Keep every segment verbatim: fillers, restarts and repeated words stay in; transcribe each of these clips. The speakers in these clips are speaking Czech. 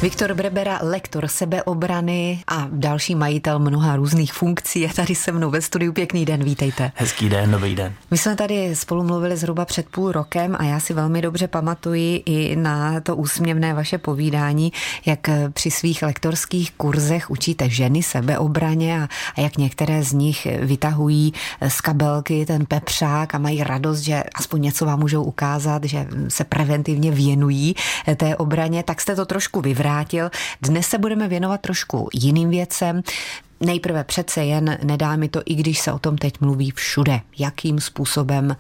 Viktor Brebera, lektor sebeobrany a další majitel mnoha různých funkcí, je tady se mnou ve studiu. Pěkný den, vítejte. Hezký den, dobrý den. My jsme tady spolu mluvili zhruba před půl rokem a já si velmi dobře pamatuji i na to úsměvné vaše povídání, jak při svých lektorských kurzech učíte ženy sebeobraně a, a jak některé z nich vytahují z kabelky ten pepřák a mají radost, že aspoň něco vám můžou ukázat, že se preventivně věnují té obraně. Tak jste to trošku vyvrátil. Dnes se budeme věnovat trošku jiným věcem. Nejprve přece jen nedá mi to, i když se o tom teď mluví všude, jakým způsobem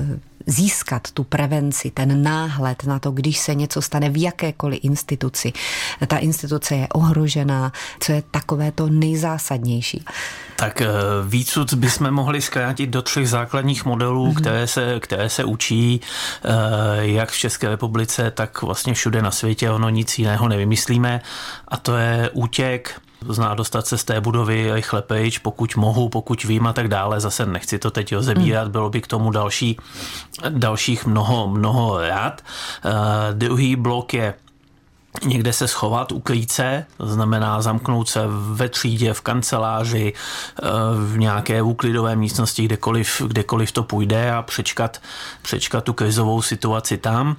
získat tu prevenci, ten náhled na to, když se něco stane v jakékoliv instituci. Ta instituce je ohrožená, co je takové to nejzásadnější. Tak výcud bychom mohli zkrátit do třech základních modelů, mm-hmm. které se, které se učí jak v České republice, tak vlastně všude na světě. Ono nic jiného nevymyslíme. A to je útěk, to znamená dostat se z té budovy rychle pryč, pokud mohu, pokud vím a tak dále. Zase nechci to teď rozebírat, bylo by k tomu další, dalších mnoho, mnoho rád. Uh, druhý blok je někde se schovat, ukrýt se, to znamená zamknout se ve třídě, v kanceláři, v nějaké úklidové místnosti, kdekoliv, kdekoliv to půjde a přečkat, přečkat tu krizovou situaci tam.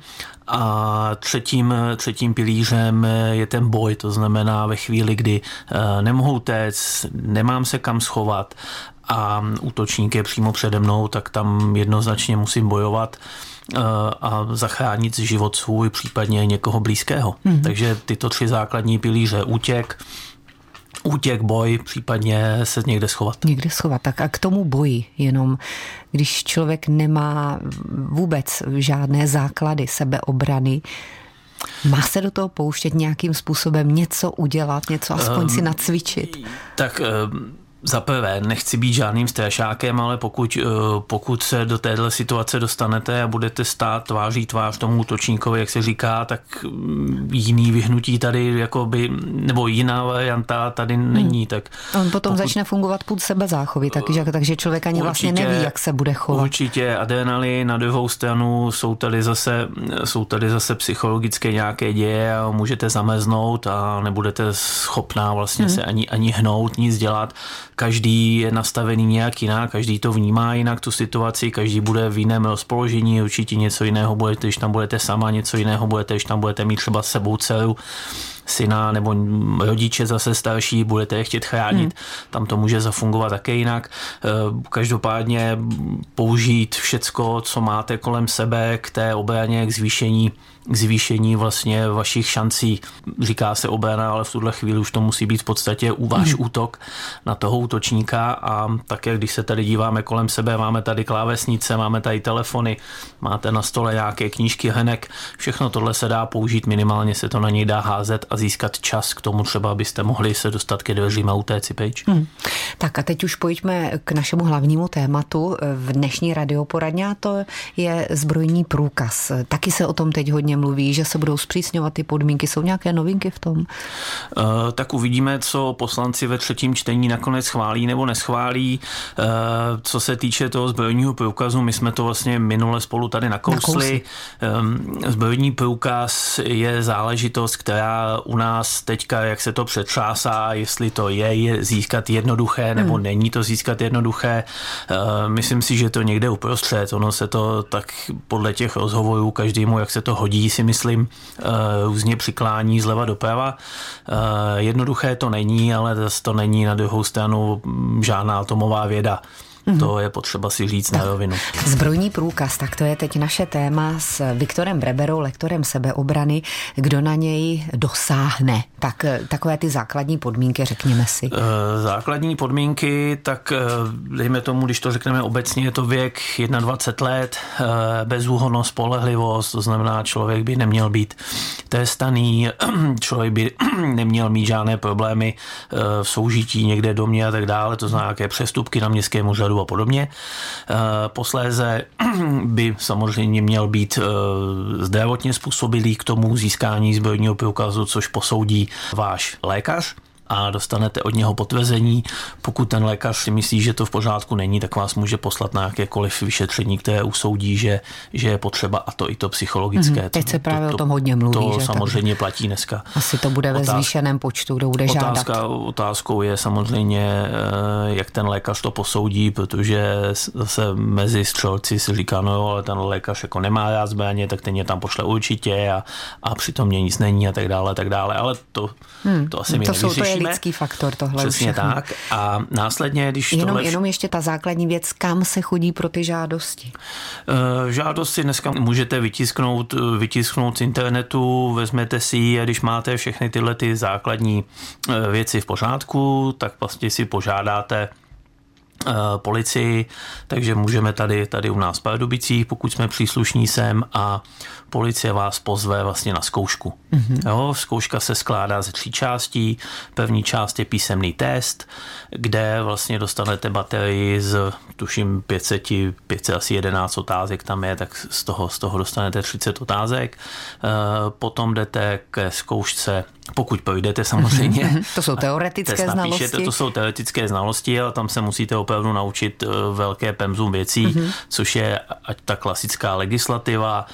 A třetím, třetím pilířem je ten boj, to znamená ve chvíli, kdy nemohu téct, nemám se kam schovat a útočník je přímo přede mnou, tak tam jednoznačně musím bojovat a zachránit život svůj, případně někoho blízkého. Hmm. Takže tyto tři základní pilíře, útěk, útěk, boj, případně se někde schovat. Někde schovat. Tak a k tomu boji jenom, když člověk nemá vůbec žádné základy sebeobrany, má se do toho pouštět nějakým způsobem, něco udělat, něco aspoň um, si nacvičit? Tak um, za prvé, nechci být žádným strašákem, ale pokud, pokud se do téhle situace dostanete a budete stát tváří tvář tomu útočníkovi, jak se říká, tak jiný vyhnutí tady, jakoby, nebo jiná varianta tady není. Hmm. Tak on potom pokud, začne fungovat půd sebezáchovy, takže, takže člověk ani určitě, vlastně neví, jak se bude chovat. Určitě adrenalin, na druhou stranu jsou tady zase, jsou tady zase psychologické nějaké děje a můžete zamrznout a nebudete schopná vlastně hmm. se ani, ani hnout, nic dělat. Každý je nastavený nějak jinak, každý to vnímá jinak tu situaci, každý bude v jiném rozpoložení, určitě něco jiného budete, když tam budete sama, něco jiného budete, když tam budete mít třeba s sebou dceru, syna nebo rodiče zase starší, budete je chtět chránit, hmm. tam to může zafungovat také jinak. Každopádně použít všecko, co máte kolem sebe k té obraně, k zvýšení, k zvýšení vlastně vašich šancí. Říká se obrana, ale v tuhle chvíli už to musí být v podstatě váš hmm. útok na toho útočníka a také, když se tady díváme kolem sebe, máme tady klávesnice, máme tady telefony, máte na stole nějaké knížky, hrnek, všechno tohle se dá použít, minimálně se to na něj dá házet a získat čas k tomu třeba, abyste mohli se dostat ke dveřím a utéci pryč. Hmm. Tak a teď už pojďme k našemu hlavnímu tématu v dnešní radioporadně a to je zbrojní průkaz. Taky se o tom teď hodně mluví, že se budou zpřísňovat ty podmínky. Jsou nějaké novinky v tom? Uh, tak uvidíme, co poslanci ve třetím čtení nakonec schválí nebo neschválí. Uh, co se týče toho zbrojního průkazu, my jsme to vlastně minule spolu tady nakousli. Um, zbrojní průkaz je záležitost, která u nás teďka, jak se to přetřásá, jestli to je, je získat jednoduché, nebo hmm. není to získat jednoduché. Myslím si, že to někde uprostřed. Ono se to tak podle těch rozhovorů každému, jak se to hodí, si myslím, různě přiklání zleva doprava. Jednoduché to není, ale zase to není na druhou stranu žádná atomová věda. Mm-hmm. To je potřeba si říct tak. Na rovinu. Zbrojní průkaz, tak to je teď naše téma s Viktorem Breberou, lektorem sebeobrany. Kdo na něj dosáhne? Tak takové ty základní podmínky, řekněme si. Základní podmínky, tak dejme tomu, když to řekneme obecně, je to věk dvacet jedna let, bezúhonnost, spolehlivost, to znamená, člověk by neměl být trestaný, člověk by neměl mít žádné problémy v soužití někde domě a tak dále, to znamená, jaké přestupky na městském úřadu a podobně. Posléze by samozřejmě měl být zdravotně způsobilý k tomu získání zbrojního průkazu, což posoudí váš lékař. a dostanete od něho potvrzení. Pokud ten lékař si myslí, že to v pořádku není, tak vás může poslat na jakékoliv vyšetření, které usoudí, že, že je potřeba, a to i to psychologické. Mm-hmm. Teď se to, právě to, o tom hodně mluví. To že samozřejmě platí dneska. Asi to bude ve zvýšeném počtu, kdo bude otázka, žádat. Otázkou je samozřejmě, jak ten lékař to posoudí, protože zase mezi střelci si říká, no jo, ale ten lékař jako nemá rád zbraně, tak ten je tam pošle určitě a, a přitom mě nic není a tak dále, tak dále, ale to, hmm, to asi my to nevyřešíme. Jsou, to je lidský faktor tohle. Přesně tak a následně, když jenom, tohle... Jenom ještě ta základní věc, kam se chodí pro ty žádosti? Žádost si dneska můžete vytisknout, vytisknout z internetu, vezmete si ji a když máte všechny tyhle ty základní věci v pořádku, tak vlastně si požádáte policii, takže můžeme tady, tady u nás v Pardubicích, pokud jsme příslušní sem, a policie vás pozve vlastně na zkoušku. Mm-hmm. Jo, zkouška se skládá ze tří částí. První část je písemný test, kde vlastně dostanete baterii z, tuším, pět set, pět set asi jedenáct otázek tam je, tak z toho, z toho dostanete třicet otázek. Potom jdete ke zkoušce, pokud projdete samozřejmě. To jsou teoretické znalosti. To jsou teoretické znalosti, ale tam se musíte opravdu naučit velké pemzum věcí, mm-hmm. což je ať ta klasická legislativa,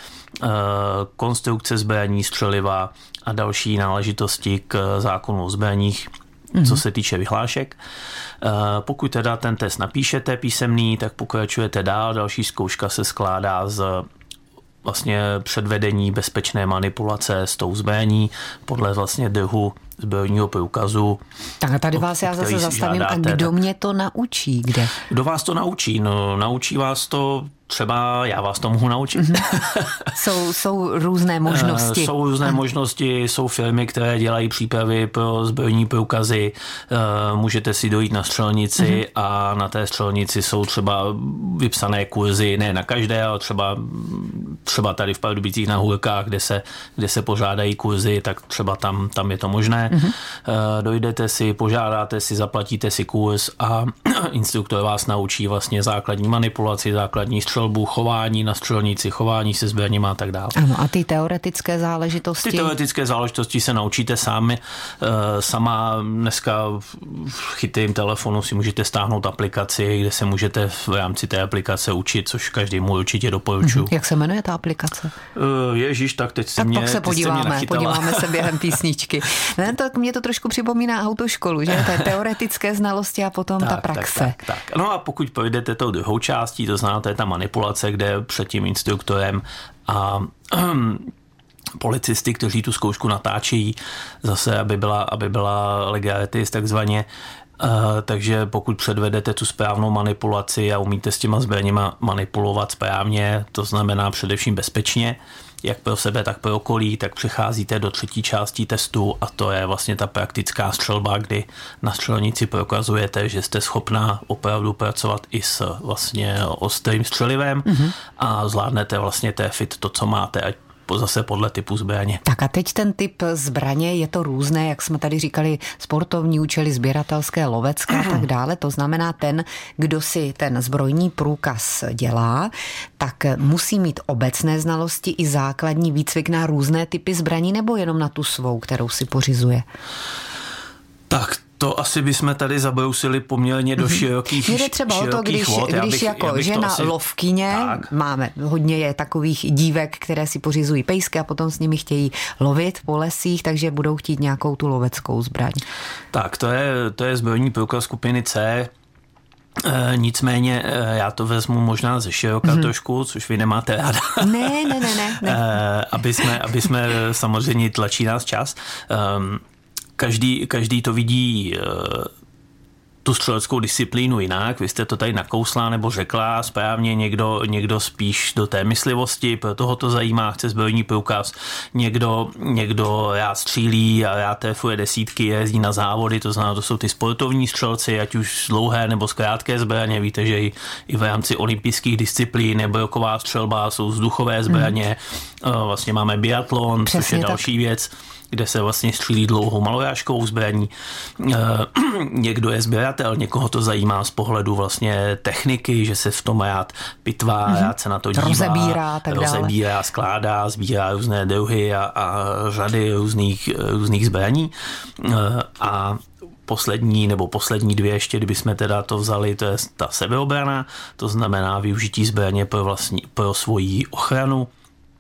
konstrukce zbraní, střeliva a další náležitosti k zákonu o zbraních, mm-hmm. co se týče vyhlášek. Pokud teda ten test napíšete písemný, tak pokračujete dál. Další zkouška se skládá z vlastně předvedení bezpečné manipulace s tou zbraní podle vlastně druhu zbrojního průkazu. Tak a tady vás já zase zastavím. Žádáte, a kdo tak... mě to naučí? Kde? Kdo vás to naučí? No, naučí vás to třeba, já vás to mohu naučit. Mm-hmm. jsou, jsou různé možnosti. Jsou různé možnosti, jsou firmy, které dělají přípravy pro zbrojní průkazy. Můžete si dojít na střelnici mm-hmm. a na té střelnici jsou třeba vypsané kurzy, ne na každé, ale třeba, třeba tady v Pardubicích na Hůrkách, kde se, kde se pořádají kurzy, tak třeba tam, tam je to možné. Mm-hmm. Dojdete si, požádáte si, zaplatíte si kurz a instruktor vás naučí vlastně základní manipulaci, základní střelbu, chování na střelnici, chování se zbraněma a tak dále. Ano, a ty teoretické záležitosti? Ty teoretické záležitosti se naučíte sami. Sama dneska v chytrým telefonu si můžete stáhnout aplikaci, kde se můžete v rámci té aplikace učit, což každému určitě doporučuji. Jak se jmenuje ta aplikace? Ježíš, tak teď se tak mě, pak se podíváme, podíváme se během písničky. Ne, tak mě to trošku připomíná autoškolu, že? To je teoretické znalosti a potom tak, ta praxe. Tak, tak, tak. No a pokud projdete tou druhou částí, to znamená, to je ta manipulace, kde před tím instruktorem a policisty, kteří tu zkoušku natáčejí, zase, aby byla, aby byla legalitis takzvaně. Uh, takže pokud předvedete tu správnou manipulaci a umíte s těma zbraněma manipulovat správně, to znamená především bezpečně, jak pro sebe, tak pro okolí, tak přecházíte do třetí části testu a to je vlastně ta praktická střelba, kdy na střelnici prokazujete, že jste schopná opravdu pracovat i s vlastně ostrým střelivem mm-hmm. a zvládnete vlastně trefit to, co máte, ať zase podle typu zbraně. Tak a teď ten typ zbraně, je to různé, jak jsme tady říkali, sportovní účely, sběratelské, lovecké a tak dále. To znamená, ten, kdo si ten zbrojní průkaz dělá, tak musí mít obecné znalosti i základní výcvik na různé typy zbraní nebo jenom na tu svou, kterou si pořizuje? Tak to asi bychom tady zabrousili poměrně do širokých Jde třeba o to, když, vod. když bych, jako žena asi... lovkyně, tak. Máme hodně je takových dívek, které si pořizují pejsky a potom s nimi chtějí lovit po lesích, takže budou chtít nějakou tu loveckou zbraň. Tak, to je, to je zbrojní průkaz skupiny C. E, nicméně e, já to vezmu možná ze široka mm-hmm. trošku, což vy nemáte ráda. Ne, ne, ne, ne. ne. E, aby, jsme, aby jsme samozřejmě tlačí nás čas. E, Každý, každý to vidí e, tu střeleckou disciplínu jinak. Vy jste to tady nakousla nebo řekla správně, někdo, někdo spíš do té myslivosti, proto ho to zajímá, chce zbrojní průkaz. Někdo, někdo rád střílí a rád trefuje desítky, jezdí na závody, to znamená, to jsou ty sportovní střelci, ať už dlouhé nebo krátké zbraně. Víte, že i, i v rámci olympijských disciplín nebo roková střelba jsou vzduchové zbraně. Hmm. Vlastně máme biatlon, Přesně což je tak. další věc, kde se vlastně střílí dlouhou malojářskou zbraní. Někdo je sběratel, někoho to zajímá z pohledu vlastně techniky, že se v tom rád pitvá, mm-hmm. rád se na to dívá, rozebírá, tak rozebírá, dále. skládá, sbírá různé druhy a, a řady různých, různých zbraní. A poslední nebo poslední dvě ještě, kdybychom teda to vzali, to je ta sebeobrana, to znamená využití zbraně pro, vlastní, pro svoji ochranu.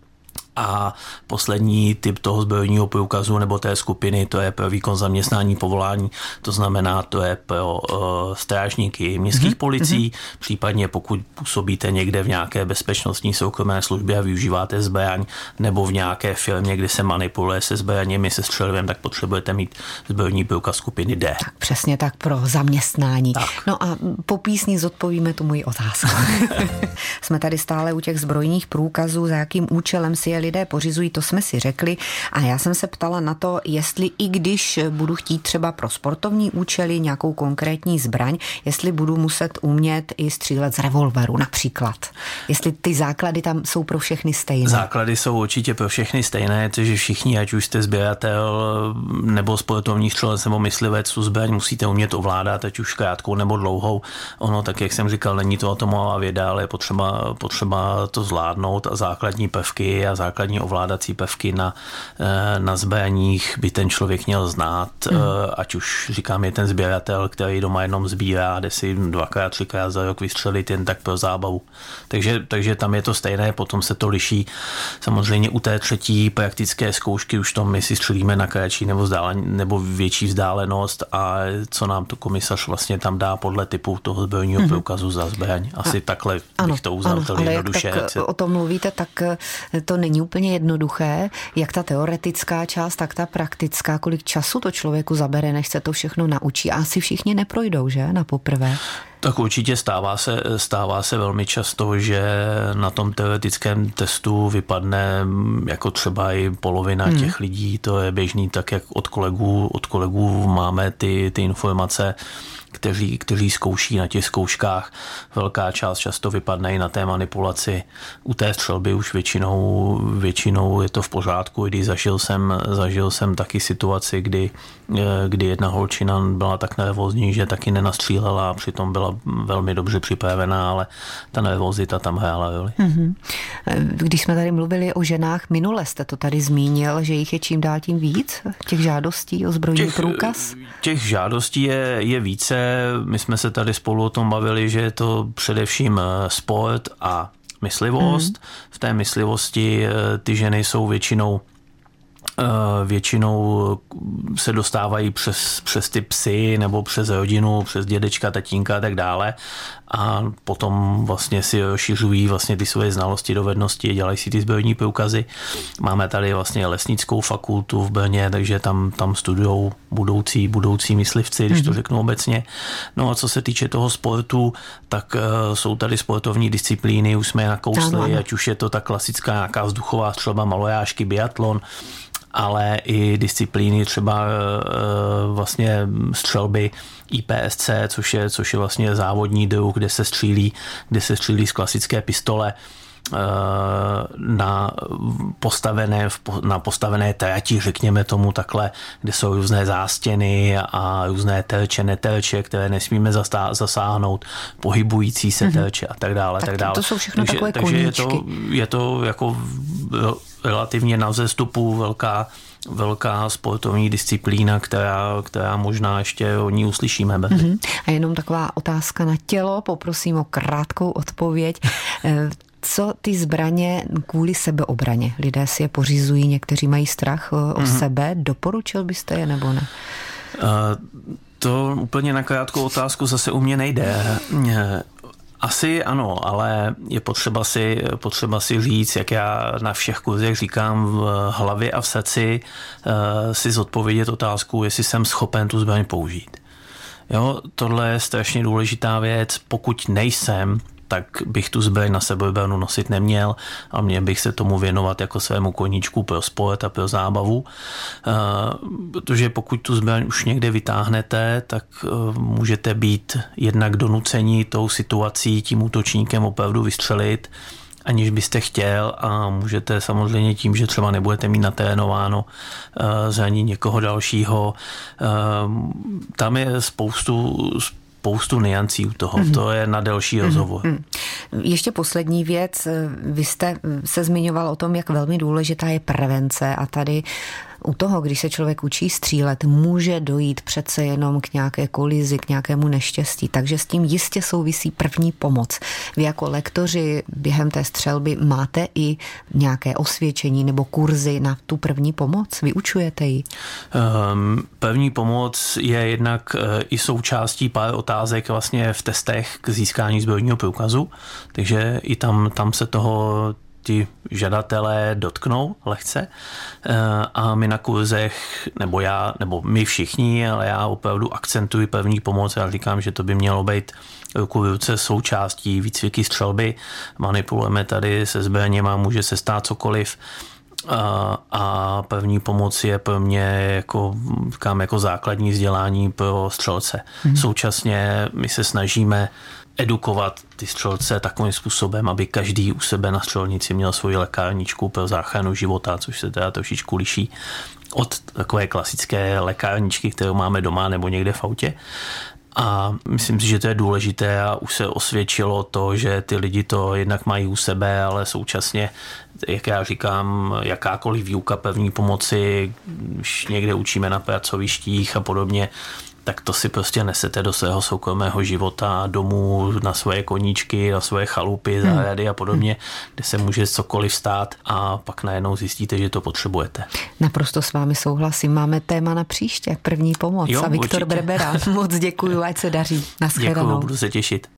A poslední typ toho zbrojního průkazu nebo té skupiny, to je pro výkon zaměstnání povolání, to znamená, to je pro uh, strážníky městských mm-hmm. policií, případně pokud působíte někde v nějaké bezpečnostní soukromé službě a využíváte zbraň, nebo v nějaké firmě, kde se manipuluje se zbraněmi, se střelivem, tak potřebujete mít zbrojní průkaz skupiny D. Tak přesně tak, pro zaměstnání. Tak. No a po písni zodpovíme tu moji otázku. Jsme tady stále u těch zbrojních průkazů, za jakým účelem si je lidé pořizují, to jsme si řekli. A já jsem se ptala na to, jestli i když budu chtít třeba pro sportovní účely nějakou konkrétní zbraň, jestli budu muset umět i střílet z revolveru například. Jestli ty základy tam jsou pro všechny stejné. Základy jsou určitě pro všechny stejné, takže všichni, ať už jste sběratel nebo sportovní střelec nebo myslivec, tu zbraň musíte umět ovládat, ať už krátkou nebo dlouhou. Ono, tak jak jsem říkal, není to atomová věda, ale je potřeba, potřeba to zvládnout a základní prvky a základní ovládací prvky na, na zbraních by ten člověk měl znát, mm. ať už říkám, je ten sběratel, který doma jenom sbírá, jde si dvakrát, třikrát za rok vystřelit jen tak pro zábavu. Takže, takže tam je to stejné, potom se to liší. Samozřejmě u té třetí praktické zkoušky už to my si střelíme na kratší nebo, vzdálen, nebo větší vzdálenost a co nám to komisař vlastně tam dá podle typu toho zbrojního mm. průkazu za zbraň. Asi a, takhle ano, bych to uzavřel ano, ale jednoduše. Jak tak se... o tom mluvíte, tak to není úplně jednoduché, jak ta teoretická část, tak ta praktická, kolik času to člověku zabere, než se to všechno naučí. A asi všichni neprojdou, že, na poprvé. Tak určitě stává se, stává se velmi často, že na tom teoretickém testu vypadne jako třeba i polovina hmm. těch lidí, to je běžný, tak jak od kolegů, od kolegů máme ty, ty informace, kteří, kteří zkouší na těch zkouškách. Velká část často vypadne i na té manipulaci. U té střelby už většinou, většinou je to v pořádku, když zažil jsem, zažil jsem taky situaci, kdy, kdy jedna holčina byla tak nervózní, že taky nenastřílela a přitom byla velmi dobře připravená, ale ta nervózita tam hrála roli. Mm-hmm. Když jsme tady mluvili o ženách minule, jste to tady zmínil, že jich je čím dál tím víc, těch žádostí o zbrojní těch, průkaz? Těch žádostí je, je více. My jsme se tady spolu o tom bavili, že je to především sport a myslivost. Mm. V té myslivosti ty ženy jsou většinou většinou se dostávají přes, přes ty psy nebo přes rodinu, přes dědečka, tatínka a tak dále a potom vlastně si rozšiřují vlastně ty svoje znalosti, dovednosti, dělají si ty zbrojní průkazy. Máme tady vlastně lesnickou fakultu v Brně, takže tam, tam studujou budoucí, budoucí myslivci, když to řeknu obecně. No a co se týče toho sportu, tak uh, jsou tady sportovní disciplíny, už jsme je nakousli, ať už je to ta klasická nějaká vzduchová střelba, malojářky, biatlon, ale i disciplíny třeba e, vlastně střelby I P S C, což je, což je vlastně závodní druh, kde se střílí, kde se střílí z klasické pistole e, na postavené, na postavené trati, řekněme tomu takhle, kde jsou různé zástěny a různé terče, neterče, které nesmíme zasáhnout, pohybující se terče a tak dále. Tak, tak dále. To jsou všechno takže, takové takže je koníčky. to, je to jako relativně na vzestupu velká, velká sportovní disciplína, která, která možná ještě o ní uslyšíme. Mm-hmm. A jenom taková otázka na tělo, poprosím o krátkou odpověď. Co ty zbraně kvůli sebeobraně? Lidé si je pořizují, někteří mají strach o mm-hmm. sebe. Doporučil byste je nebo ne? Uh, to úplně na krátkou otázku zase u mě nejde. Asi ano, ale je potřeba si, potřeba si říct, jak já na všech kurzech říkám, v hlavě a v srdci si zodpovědět otázku, jestli jsem schopen tu zbraň použít. Jo, tohle je strašně důležitá věc. Pokud nejsem, tak bych tu zbraň na sebeobranu nosit neměl a měl bych se tomu věnovat jako svému koníčku pro sport a pro zábavu. Protože pokud tu zbraň už někde vytáhnete, tak můžete být jednak donuceni tou situací, tím útočníkem opravdu vystřelit, aniž byste chtěl a můžete samozřejmě tím, že třeba nebudete mít natrénováno zranit někoho dalšího. Tam je spoustu spoustu niancí u toho. Mm-hmm. To je na delší rozhovor. Mm-hmm. Ještě poslední věc. Vy jste se zmiňoval o tom, jak velmi důležitá je prevence a tady u toho, když se člověk učí střílet, může dojít přece jenom k nějaké kolizi, k nějakému neštěstí. Takže s tím jistě souvisí první pomoc. Vy jako lektoři během té střelby máte i nějaké osvědčení nebo kurzy na tu první pomoc? Vyučujete ji? Um, první pomoc je jednak i součástí pár otázek vlastně v testech k získání zbrojního průkazu, takže i tam, tam se toho ti žadatelé dotknou lehce a my na kurzech, nebo já, nebo my všichni, ale já opravdu akcentuji první pomoc. Já říkám, že to by mělo být ruku v ruce součástí výcviky střelby. Manipulujeme tady se zbraněma, může se stát cokoliv. A, a první pomoc je pro mě jako, říkám, jako základní vzdělání pro střelce. Hmm. Současně my se snažíme edukovat ty střelce takovým způsobem, aby každý u sebe na střelnici měl svoji lékárničku pro záchranu života, což se teda trošičku liší od takové klasické lékárničky, kterou máme doma nebo někde v autě. A myslím si, že to je důležité a už se osvědčilo to, že ty lidi to jednak mají u sebe, ale současně, jak já říkám, jakákoliv výuka první pomoci, když někde učíme na pracovištích a podobně, tak to si prostě nesete do svého soukromého života, domů, na svoje koníčky, na svoje chalupy, zahrady a podobně, kde se může cokoliv stát a pak najednou zjistíte, že to potřebujete. Naprosto s vámi souhlasím. Máme téma na příště, první pomoc. Jo, a Viktor určitě. Brebera. Moc děkuju, ať se daří. Naschledanou. Děkuju, budu se těšit.